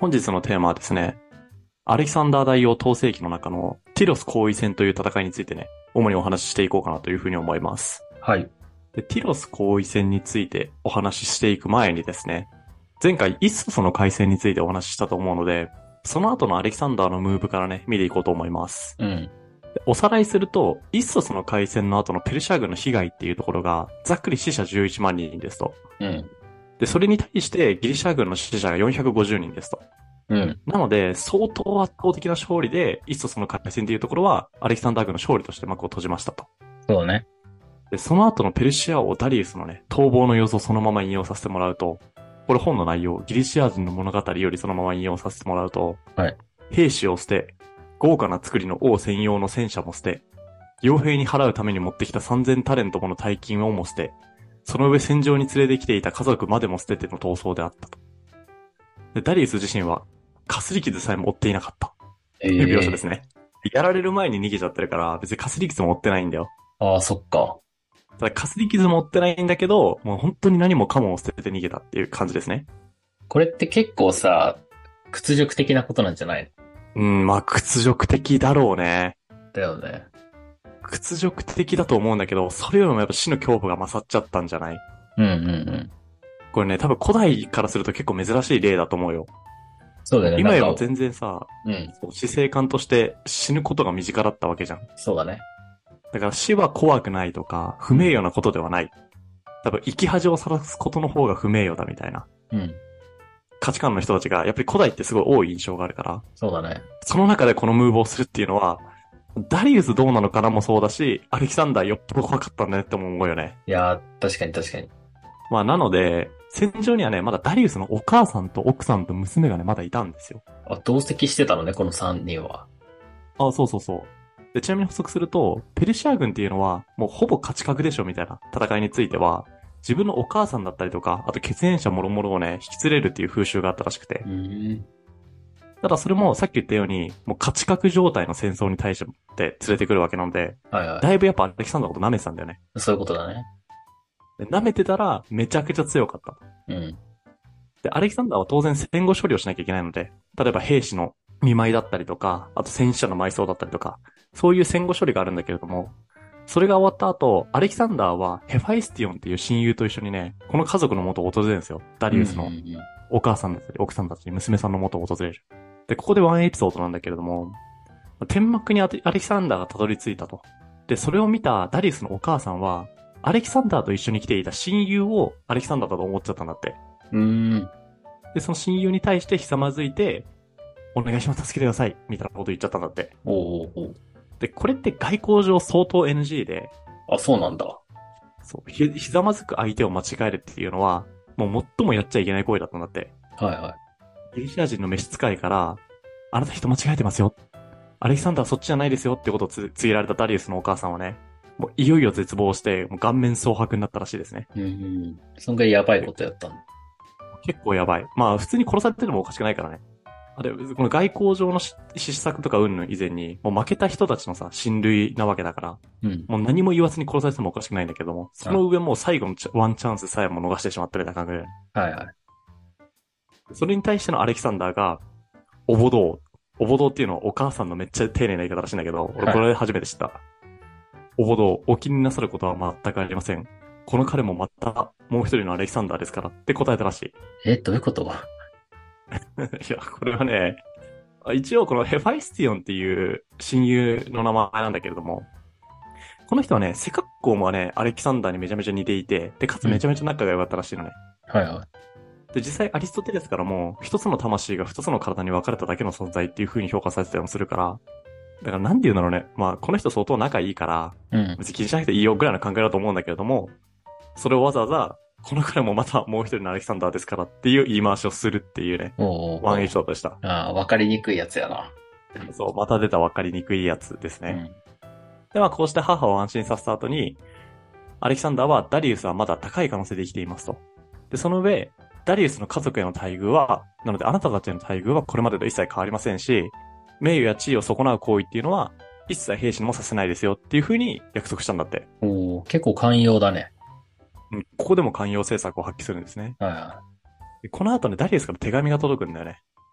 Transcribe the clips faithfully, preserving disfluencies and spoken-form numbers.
本日のテーマはですね、アレキサンダー大王統制期の中のティロス包囲戦という戦いについてね、主にお話ししていこうかなというふうに思います。 はい。 で、ティロス包囲戦についてお話ししていく前にですね、前回イッソスの海戦についてお話ししたと思うので、その後のアレキサンダーのムーブからね、見ていこうと思います。 うん。 でおさらいすると、イッソスの海戦の後のペルシャ軍の被害っていうところが、ざっくり死者じゅういちまん人ですと。 うん。 で、それに対してギリシャ軍の死者がよんひゃくごじゅうにんですと。 うん。 なので、相当圧倒的な勝利で、イッソスの海戦っていうところは、アレキサンダー軍の勝利として幕を閉じましたと。 そうね。 で、その後のペルシア王ダリウスのね、逃亡の様子をそのまま引用させてもらうと、これ本の内容、ギリシア人の物語よりそのまま引用させてもらうと、 はい。 兵士を捨て、豪華な作りの王専用の戦車も捨て、傭兵に払うために持ってきたさんぜんタレントもの大金をも捨て、その上戦場に連れてきていた家族までも捨てての逃走であったと。で、ダリウス自身は、かすり傷さえも負っていなかった。 えという描写でえすね。やられる前に逃げちゃってるから、別にかすり傷も負ってないんだよ。 ああ、そっか。 ただ、かすり傷も負ってないんだけど、もう本当に何もかもを捨てて逃げたっていう感じですね。 これって結構さ、屈辱的なことなんじゃないうん、まあ、屈辱的だろうね。 だよね。 屈辱的だと思うんだけど、それよりもやっぱ死の恐怖が勝っちゃったんじゃない？ うんうんうん。 これね、多分古代からすると結構珍しい例だと思うよ。 そうだよね。なんか、 今よりも全然さ、 うん。 死生観として死ぬことが身近だったわけじゃん。 そうだね。 だから死は怖くないとか、不名誉なことではない。多分生き恥をさらすことの方が不名誉だみたいなうん。 価値観の人たちが、やっぱり古代ってすごい多い印象があるから、 そうだね。 その中でこのムーブをするっていうのは、ダリウスどうなのかなもそうだし、アレキサンダーよっぽど怖かったんだねって思うよね。 いやー、確かに確かに。 まあなので、戦場にはね、まだダリウスのお母さんと奥さんと娘がね、まだいたんですよ。 あ、同席してたのね、このさんにんは。 あ、そうそうそう。で、ちなみに補足すると、ペルシア軍っていうのは、もうほぼ勝ち確でしょみたいな戦いについては、自分のお母さんだったりとか、あと血縁者もろもろをね、引き連れるっていう風習があったらしくて。 うーん。 ただそれもさっき言ったように、もう勝ち確状態の戦争に対して連れてくるわけなので、 はいはだいぶやっぱアレキサンダーのこと舐めてたんだよね。 い。そういうことだね。 で舐めてたら、めちゃくちゃ強かった。 うん。 で、アレキサンダーは当然戦後処理をしなきゃいけないので、例えば兵士の見舞いだったりとか、あと戦死者の埋葬だったりとか、そういう戦後処理があるんだけれども、それが終わった後、アレキサンダーはヘファイスティオンっていう親友と一緒にね、この家族の元を訪れるんですよ。ダうんうんうリウスのん。 お母さんだったり、奥さんたち、娘さんの元を訪れる。で、ここでワンエピソードなんだけれども、天幕にアレキサンダーがたどり着いたと。で、それを見たダリウスのお母さんは、アレキサンダーと一緒に来ていた親友をアレキサンダーだと思っちゃったんだって。 うーん。 で、その親友に対してひざまずいて、お願いします、助けてください、みたいなこと言っちゃったんだって。 おうおうおう。 で、これって外交上相当 エヌジー で、 あ、そうなんだ。 そう、ひ、ひざまずく相手を間違えるっていうのは、もう最もやっちゃいけない行為だったんだって。 はいはギリシア人の召使いから、あなた人間違えてますよ。アレキサンダーそっちじゃないですよってことをつ告げられたダリウスのお母さんはね、もういよいよ絶望して、もう顔面蒼白になったらしいですね。 い。うんうん。そんぐらいやばいことやったんだ。 結構やばい。まあ普通に殺されててもおかしくないからね。あれ、この外交上のし失策とか云々以前に、もう負けた人たちのさ、親類なわけだから、 うん。 もう何も言わずに殺されてもおかしくないんだけども、その上もう最後のチャワンチャンスさえも逃してしまったみたいな感覚で。 はいはい。 それに対してのアレキサンダーが、おぼどう。おぼどうっていうのはお母さんのめっちゃ丁寧な言い方らしいんだけど、俺これ初めて知った。おぼどう、お気になさることは全くありません。この彼もまたもう一人のアレキサンダーですからって答えたらしい。 え、どういうこといや、これはね、一応このヘファイスティオンっていう親友の名前なんだけれども、この人はね、背格好もね、アレキサンダーにめちゃめちゃ似ていて、で、かつめちゃめちゃ仲が良かったらしいのね。 はいはい。 で、実際アリストテレスからも、一つの魂が二つの体に分かれただけの存在っていう風に評価されてたりもするから、だからなんて言うんだろうね。まあ、この人相当仲いいから、 うん。 別に気にしなくていいよぐらいの考えだと思うんだけれども、それをわざわざ、この彼もまたもう一人のアレキサンダーですからっていう言い回しをするっていうね、 おうおうワンエピおう。 ソードでした。 ああ、わかりにくいやつやな。 そう、また出た分かりにくいやつですね。 うん。 で、まあ、こうして母を安心させた後に、アレキサンダーはダリウスはまだ高い可能性で生きていますと。で、その上、ダリウスの家族への待遇は、なのであなたたちへの待遇はこれまでと一切変わりませんし、名誉や地位を損なう行為っていうのは、一切兵士にもさせないですよっていう風に約束したんだって。 おお、結構寛容だね。 うん、ここでも寛容政策を発揮するんですね。 はいはでこの後ね、ダリウスから手紙が届くんだよね。 い。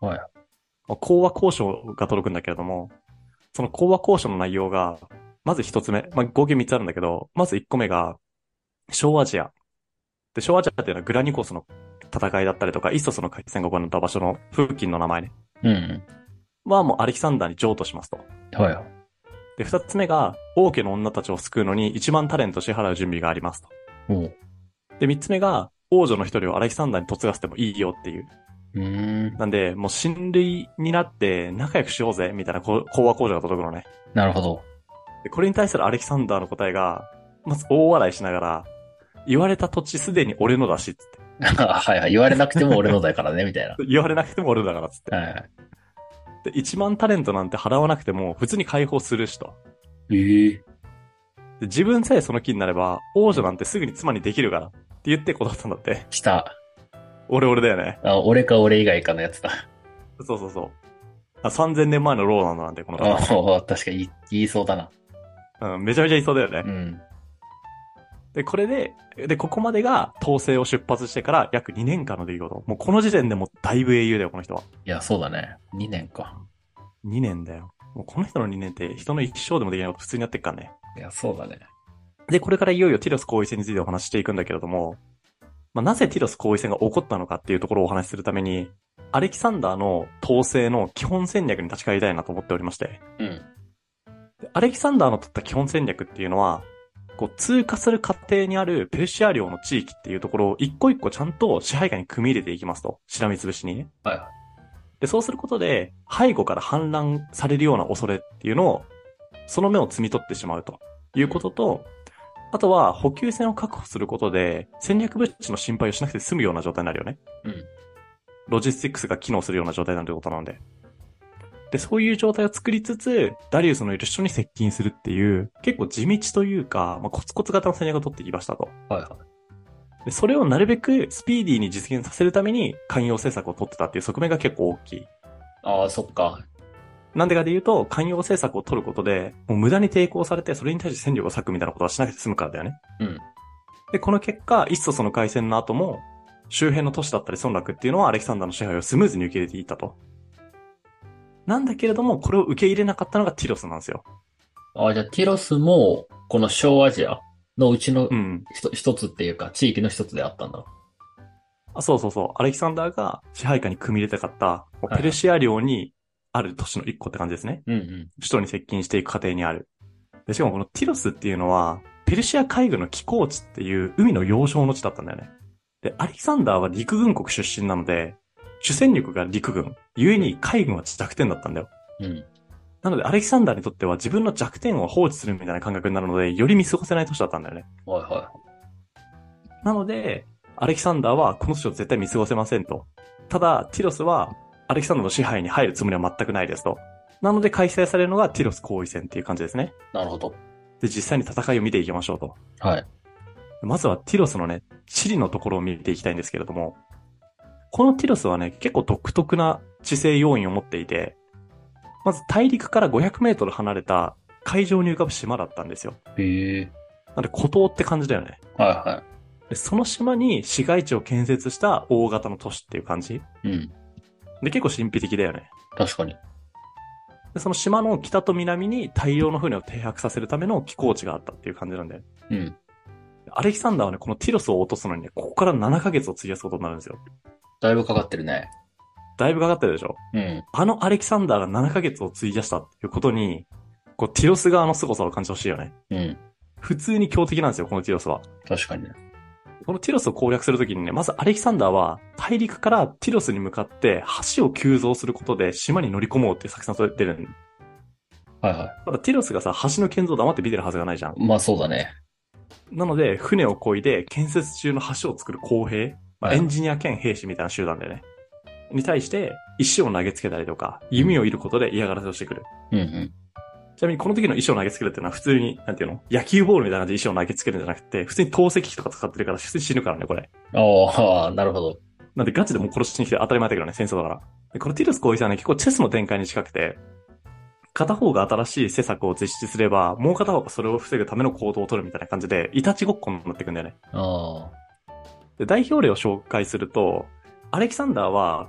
はい。 まあ講和交渉が届くんだけれども、その講和交渉の内容が、まず一つ目、まあ、合計三つあるんだけど、まず一個目が、小アジア。で、小アジアっていうのはグラニコスの戦いだったりとか、イッソスの海戦が行われた場所の付近の名前ね。 うん。 はもうアレキサンダーに譲渡しますと。 はい。 で、二つ目が、王家の女たちを救うのに一万タレント支払う準備がありますと。 おう。 で、三つ目が、王女の一人をアレキサンダーに嫁がせてもいいよっていう。 うーん。 なんで、もう親類になって仲良くしようぜ、みたいな講講和交渉が届くのね。 なるほど。 で、これに対するアレキサンダーの答えが、まず大笑いしながら、言われた土地すでに俺のだし、つって。 はいはい。言われなくても俺のだからね、みたいな。 言われなくても俺だから、つって。 はいはい。 で、いちまんタレントなんて払わなくても、普通に解放するしと。 ええ。 で、自分さえその気になれば、王女なんてすぐに妻にできるから、って言って断ったんだって。 来た。 俺俺だよね。 あ、俺か俺以外かのやつだ。 そうそうそう。あさんぜんねんまえのローランドなんで、このあ方。 あ、確かに言い言いそうだな。 うん、めちゃめちゃいそうだよね。 うん。 で、これで、で、ここまでが統制を出発してから約にねんかんの出来事。もうこの時点でもうだいぶ英雄だよ、この人は。 いや、そうだね。にねんか。 にねんだよ。もうこの人のにねんって人の一生でもできないこと普通にやってっからね。 いや、そうだね。 で、これからいよいよティロス合意戦についてお話ししていくんだけれども、まあ、なぜティロス合意戦が起こったのかっていうところをお話しするために、アレキサンダーの統制の基本戦略に立ち返りたいなと思っておりまして。 うん。 でアレキサンダーの取った基本戦略っていうのは、こう通過する過程にあるペルシア領の地域っていうところを一個一個ちゃんと支配下に組み入れていきますと。しらみつぶしにね。 はいはで、そうすることで、背後から反乱されるような恐れっていうのを、その目を摘み取ってしまうということと、あとは補給線を確保することで、戦略物資の心配をしなくて済むような状態になるよね。 い。うん。 ロジスティックスが機能するような状態になるってことなんで。で、そういう状態を作りつつ、ダリウスのいる人に接近するっていう、結構地道というか、まあ、コツコツ型の戦略を取ってきましたと。 はいはで、それをなるべくスピーディーに実現させるために、寛容政策を取ってたっていう側面が結構大きい。 い。ああ、そっか。 なんでかで言うと、寛容政策を取ることで、もう無駄に抵抗されて、それに対して戦力を割くみたいなことはしなくて済むからだよね。 うん。 で、この結果、イッソその海戦の後も、周辺の都市だったり村落っていうのはアレキサンダーの支配をスムーズに受け入れていったと。なんだけれども、これを受け入れなかったのがティロスなんですよ。 ああ、じゃあティロスも、この小アジアのうちのうん。 ひと一つっていうか、地域の一つであったんだ。 あ、そうそうそう。アレキサンダーが支配下に組み入れたかった、 はいペルシア領にある都市の一個って感じですね。 うんうん。 首都に接近していく過程にある。で、しかもこのティロスっていうのは、ペルシア海軍の寄港地っていう海の要衝の地だったんだよね。で、アレキサンダーは陸軍国出身なので、主戦力が陸軍、故に海軍は弱点だったんだよ。 うん。 なので、アレキサンダーにとっては自分の弱点を放置するみたいな感覚になるので、より見過ごせない都市だったんだよね。 はいはなので、アレキサンダーはこの都市を絶対見過ごせませんと。ただ、ティロスは、アレキサンダーの支配に入るつもりは全くないですと。なので開催されるのがティロス合意戦っていう感じですね。 い。なるほど。 で、実際に戦いを見ていきましょうと。 はい。 まずはティロスのね、地理のところを見ていきたいんですけれども、このティロスはね、結構独特な地勢要因を持っていて、まず大陸からごひゃくメートル離れた海上に浮かぶ島だったんですよ。 へえ。 なんで孤島って感じだよね。 はいはで、その島に市街地を建設した大型の都市っていう感じ。 い。うん。 で、結構神秘的だよね。 確かに。 で、その島の北と南に大量の船を停泊させるための寄港地があったっていう感じなんだよ。 うん。 アレキサンダーはね、このティロスを落とすのにね、ここからななかげつを費やすことになるんですよ。 だいぶかかってるね。 だいぶかかってるでしょ。 うん。 あのアレキサンダーがななかげつを費やしたっていうことに、こう、ティロス側の凄さを感じてほしいよね。 うん。 普通に強敵なんですよ、このティロスは。 確かにね。 このティロスを攻略するときにね、まずアレキサンダーは大陸からティロスに向かって橋を急造することで島に乗り込もうっていう作戦を取ってるん。 はいはただティロスがさ、橋の建造を黙って見てるはずがないじゃん。 い。まあそうだね。 なので、船を漕いで建設中の橋を作る工兵、まあ、 はいエンジニア兼兵士みたいな集団だよね。に対して、石を投げつけたりとか、弓を射ることで嫌がらせをしてくる。 うんうん。 ちなみにこの時の石を投げつけるっていうのは普通に、なんていうの野球ボールみたいな感じで石を投げつけるんじゃなくて、普通に投石機とか使ってるから普通に死ぬからね、これ。 ああ、なるほど。 なんでガチでもう殺しに来て当たり前だけどね、戦争だから。でこのティロス攻撃はね、結構チェスの展開に近くて、片方が新しい施策を実施すれば、もう片方がそれを防ぐための行動を取るみたいな感じで、いたちごっこになってくんだよね。 あで、代表例を紹介すると、アレキサンダーは、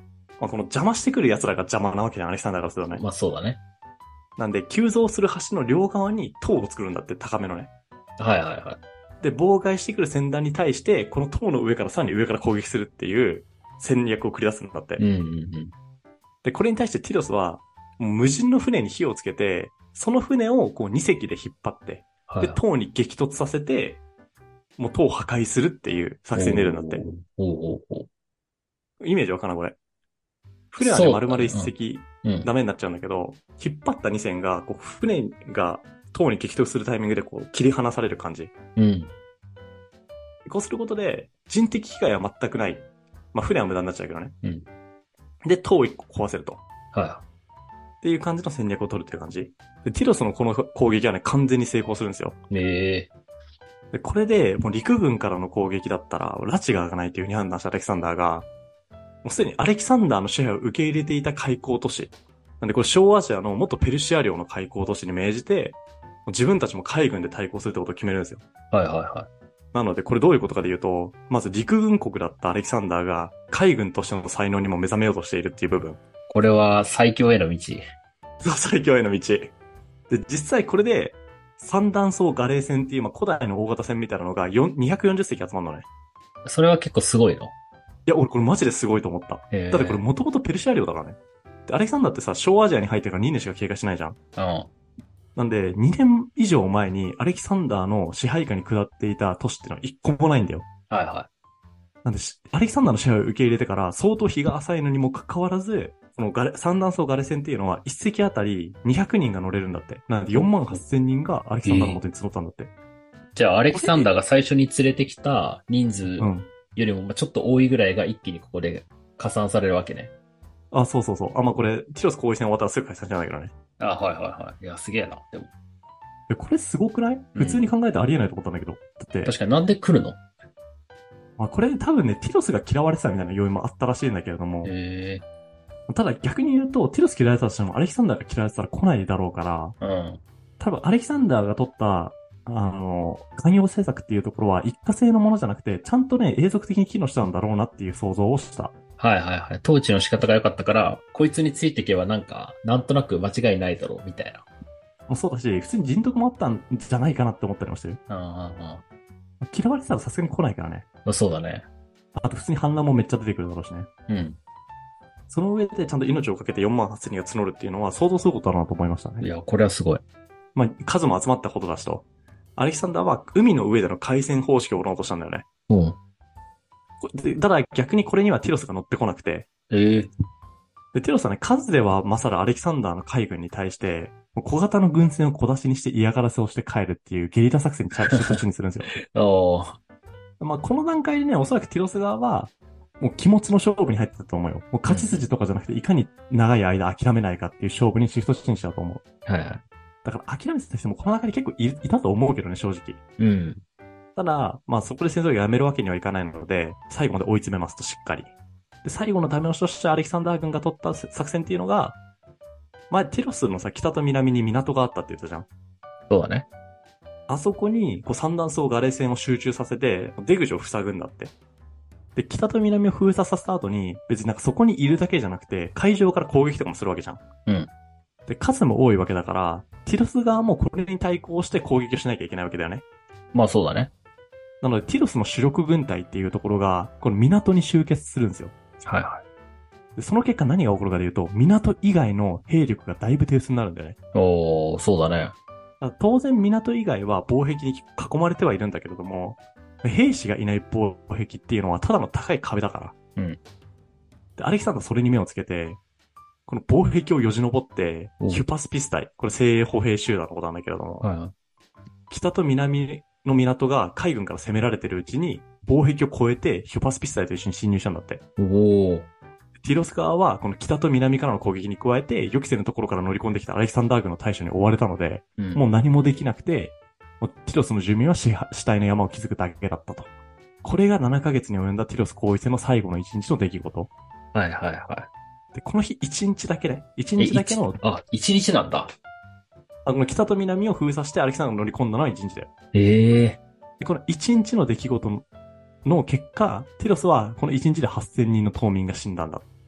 まあ、この邪魔してくる奴らが邪魔なわけじゃん、アレキサンダーからするとね。 まあそうだね。 なんで、急増する橋の両側に塔を作るんだって、高めのね。 はいはいはい。 で、妨害してくる船団に対して、この塔の上からさらに上から攻撃するっていう戦略を繰り出すんだって。 うんうんうん。 で、これに対してティロスは、もう無人の船に火をつけて、その船をこうに隻で引っ張って、 はい。 で、塔に激突させて、もう塔を破壊するっていう作戦に出るんだって。 おうおうおう。 イメージわかんないこれ。船はね、 そうだね。 丸々一隻うん。 ダメになっちゃうんだけど、引っ張ったに船が、こう、船が塔に激突するタイミングでこう、切り離される感じ。 うん。 こうすることで、人的被害は全くない。まあ、船は無駄になっちゃうけどね。 うん。 で、塔を一個壊せると。 はっていう感じの戦略を取るっていう感じ。で、ティロスのこの攻撃はね、完全に成功するんですよ。 い。ええで、これで、もう陸軍からの攻撃だったら、拉致が開かないというふうに判断したアレキサンダーが、もうすでにアレキサンダーの支配を受け入れていた開港都市。なんでこれ小アジアの元ペルシア領の開港都市に命じて、自分たちも海軍で対抗するってことを決めるんですよ。 はいはいはい。 なのでこれどういうことかで言うと、まず陸軍国だったアレキサンダーが海軍としての才能にも目覚めようとしているっていう部分。 これは最強への道。 最強への道。で、実際これで、三段層ガレー船っていう、まあ、古代の大型船みたいなのがよんにひゃくよんじゅっ隻集まるのね。 それは結構すごいの。 いや、俺これマジですごいと思った。 へーだってこれもともとペルシア領だからね。で、アレキサンダーってさ、小アジアに入ってからにねんしか経過しないじゃん。 うん。 なんで、にねん以上前にアレキサンダーの支配下に下っていた都市ってのは一個もないんだよ。 はいはなんで、アレキサンダーの支配を受け入れてから相当日が浅いのにもかかわらず、このガレ、三段層ガレ船っていうのは一隻あたりにひゃくにんが乗れるんだって。なんでよんまんはっせんにんがアレキサンダーの元に募ったんだって。 い。じゃあ、アレキサンダーが最初に連れてきた人数うん。 よりもまあちょっと多いぐらいが一気にここで加算されるわけね。 あ、そうそうそう。あ、まあ、これ、ティロス攻撃戦終わったらすぐ解散じゃないけどね。 あ、はいはいはい。いや、すげえな。でも。 え、これすごくない、 うん、 普通に考えてありえないと思ったんだけど。だって、 確かになんで来るの？ まあ、これ多分ね、ティロスが嫌われてたみたいな要因もあったらしいんだけれども、 へえただ逆に言うと、ティロス嫌われたとしても、アレキサンダーが嫌われてたら来ないだろうから、 ー。うん。 多分アレキサンダーが取った、あの、寛容政策っていうところは一過性のものじゃなくて、ちゃんとね、永続的に機能したんだろうなっていう想像をした。 はいはいはい。統治の仕方が良かったから、こいつについていけばなんか、なんとなく間違いないだろう、みたいな。 もうそうだし、普通に人徳もあったんじゃないかなって思ったりもしてる。 うんうんうん。 嫌われてたらさすがに来ないからね。 まあ、そうだね。 あと普通に反乱もめっちゃ出てくるだろうしね。 うん。 その上でちゃんと命をかけてよんまんはっせんにんが募るっていうのは想像することだなと思いましたね。 いや、これはすごい。 まあ、数も集まったことだしと。アレキサンダーは海の上での海戦方式を行おうとしたんだよね。 うん。 でただ逆にこれにはティロスが乗ってこなくて。 ええで、ティロスはね、数では勝るアレキサンダーの海軍に対して、小型の軍船を小出しにして嫌がらせをして帰るっていうゲリラ作戦に出突にするんですよ。 おー。 まあ、この段階でね、おそらくティロス側は、もう気持ちの勝負に入ってたと思うよ。もう勝ち筋とかじゃなくて、いかに長い間諦めないかっていう勝負にシフトチェンジしたと思う。 はいはい。 だから諦めてた人もこの中に結構い、いたと思うけどね、正直。 うん。 ただ、まあそこで戦争をやめるわけにはいかないので、最後まで追い詰めますとしっかり。で、最後のダメ押しとしてアレキサンダー軍が取った作戦っていうのが、まあティロスのさ、北と南に港があったって言ったじゃん。 そうだね。 あそこに、こう三段層ガレー船を集中させて、出口を塞ぐんだって。で、北と南を封鎖させた後に、別になんかそこにいるだけじゃなくて、海上から攻撃とかもするわけじゃん。 うん。 で、数も多いわけだから、ティロス側もこれに対抗して攻撃をしなきゃいけないわけだよね。 まあそうだね。 なので、ティロスの主力軍隊っていうところが、この港に集結するんですよ。 はいはで、その結果何が起こるかというと、港以外の兵力がだいぶ手薄になるんだよね。 い。おー、そうだね。 だから当然港以外は防壁に囲まれてはいるんだけれども、兵士がいない防壁っていうのはただの高い壁だから。 うん。 で、アレキサンダーそれに目をつけて、この防壁をよじ登って、 おヒュパスピス隊、これ精鋭歩兵集団のことなんだけれども、 はいはい。 北と南の港が海軍から攻められてるうちに、防壁を越えてヒュパスピス隊と一緒に侵入したんだって。 おー。 ティロス側は、この北と南からの攻撃に加えて、予期せぬところから乗り込んできたアレキサンダー軍の対処に追われたので、 うん。 もう何もできなくて、もうティロスの住民は死死体の山を築くだけだったと。これがななかげつに及んだティロス攻撃戦の最後のいちにちの出来事。 はいはいはで、この日いちにちだけね、いちい。 にちだけの、 あ、一日なんだ。 あこの北と南を封鎖してアレキサンダーが乗り込んだのはいちにちだよ。 ええで、このいちにちの出来事の結果、ティロスはこのいちにちではっせんにんの島民が死んだんだっ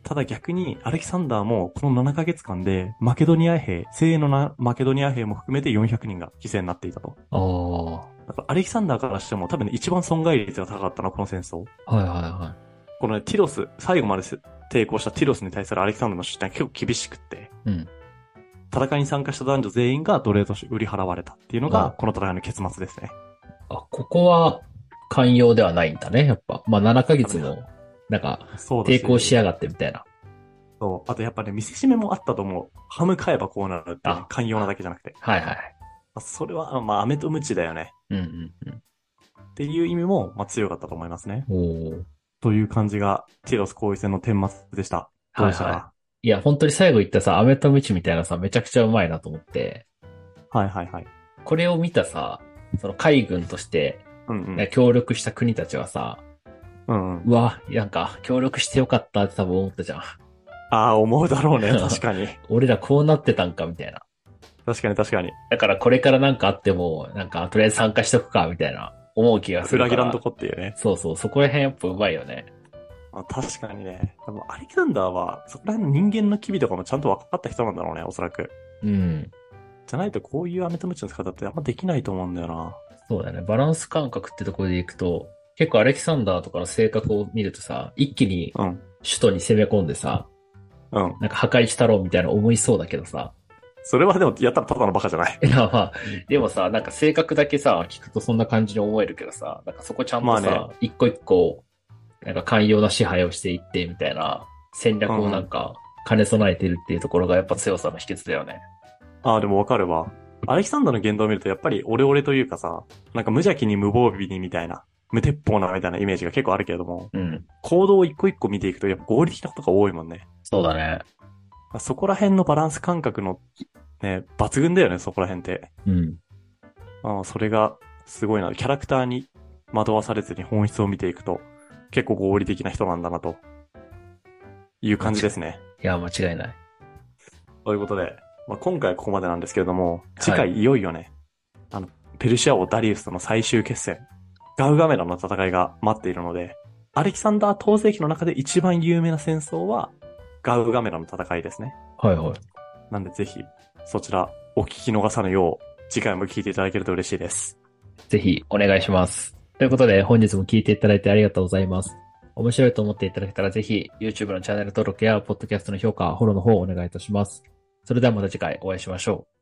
ただ逆に、アレキサンダーもこのななかげつかんで、マケドニア兵、精鋭のなマケドニア兵も含めてよんひゃくにんが犠牲になっていたと。 ああ。はだからアレキサンダーからしても多分ね、一番損害率が高かったのはこの戦争。 いはいはこのね、ティロス、最後まで抵抗したティロスに対するアレキサンダーの主張は結構厳しくって、 い。うん。 戦いに参加した男女全員が奴隷として売り払われたっていうのあが、この戦いの結末ですね。 あ、ここは寛容ではないんだね、やっぱ。まあななかげつも、なんか、 そうだし抵抗しやがってみたいな。 そう。あとやっぱね、見せしめもあったと思う。歯向かえばこうなるって、ねあ、 寛容なだけじゃなくて。 はいはい。 それは、まあ、飴とムチだよね。 うんうんっていう意味も、まあ、強かったと思いますね。 うん。おー。 という感じが、ティロス後遺戦の顛末でした。どうでしたか？ はいはい。いや、本当に最後言ったさ、飴とムチみたいなさ、めちゃくちゃうまいなと思って。 はいはいはい。 これを見たさ、その海軍としてうんうん。 協力した国たちはさ、 うんうん。 うわ、なんか協力してよかったって多分思ったじゃん。 ああ、思うだろうね。確かに。 俺らこうなってたんかみたいな。 確かに確かに。 だからこれからなんかあっても、なんかとりあえず参加しとくかみたいな思う気がするから。 裏切らんとこっていうね。 そうそう、そこら辺やっぱうまいよね。 まあ、確かにね。でもアレキサンダーは、そこら辺の人間の機微とかもちゃんと分かった人なんだろうね、おそらく。 うん。 じゃないとこういうアメとムチの使い方ってあんまできないと思うんだよな。 そうだね。バランス感覚ってところでいくと、結構アレキサンダーとかの性格を見るとさ、一気にうん。 首都に攻め込んでさ、 うん。 なんか破壊したろうみたいな思いそうだけどさ。 それはでも、やったらただのバカじゃない。 いや、まあ、でもさ、なんか性格だけさ、聞くとそんな感じに思えるけどさ、なんかそこちゃんとさ、 まあね一個一個、なんか寛容な支配をしていって、みたいな戦略をなんか兼ね備えてるっていうところがやっぱ強さの秘訣だよね。 ああ、でもわかるわ。アレキサンダーの言動を見ると、やっぱりオレオレというかさ、なんか無邪気に無防備にみたいな、無鉄砲なみたいなイメージが結構あるけれども、 うん。 行動を一個一個見ていくと、やっぱ合理的なことが多いもんね。 そうだね。 そこら辺のバランス感覚の、ね、抜群だよね、そこら辺って。 うん。 ああ、それが、すごいな。キャラクターに惑わされずに本質を見ていくと、結構合理的な人なんだな、という感じですね。 いや、間違いない。 ということで、まあ、今回はここまでなんですけれども、次回いよいよね、あの、ペルシア王ダリウスとの最終決戦、ガウガメラの戦いが待っているので、アレキサンダー統制期の中で一番有名な戦争は、ガウガメラの戦いですね。 はいはい。 なんでぜひ、そちら、お聞き逃さぬよう、次回も聞いていただけると嬉しいです。 ぜひお願いします。ということで、本日も聞いていただいてありがとうございます。面白いと思っていただけたらぜひ YouTube のチャンネル登録や Podcast の評価、フォローの方をお願いいたします。それではまた次回お会いしましょう。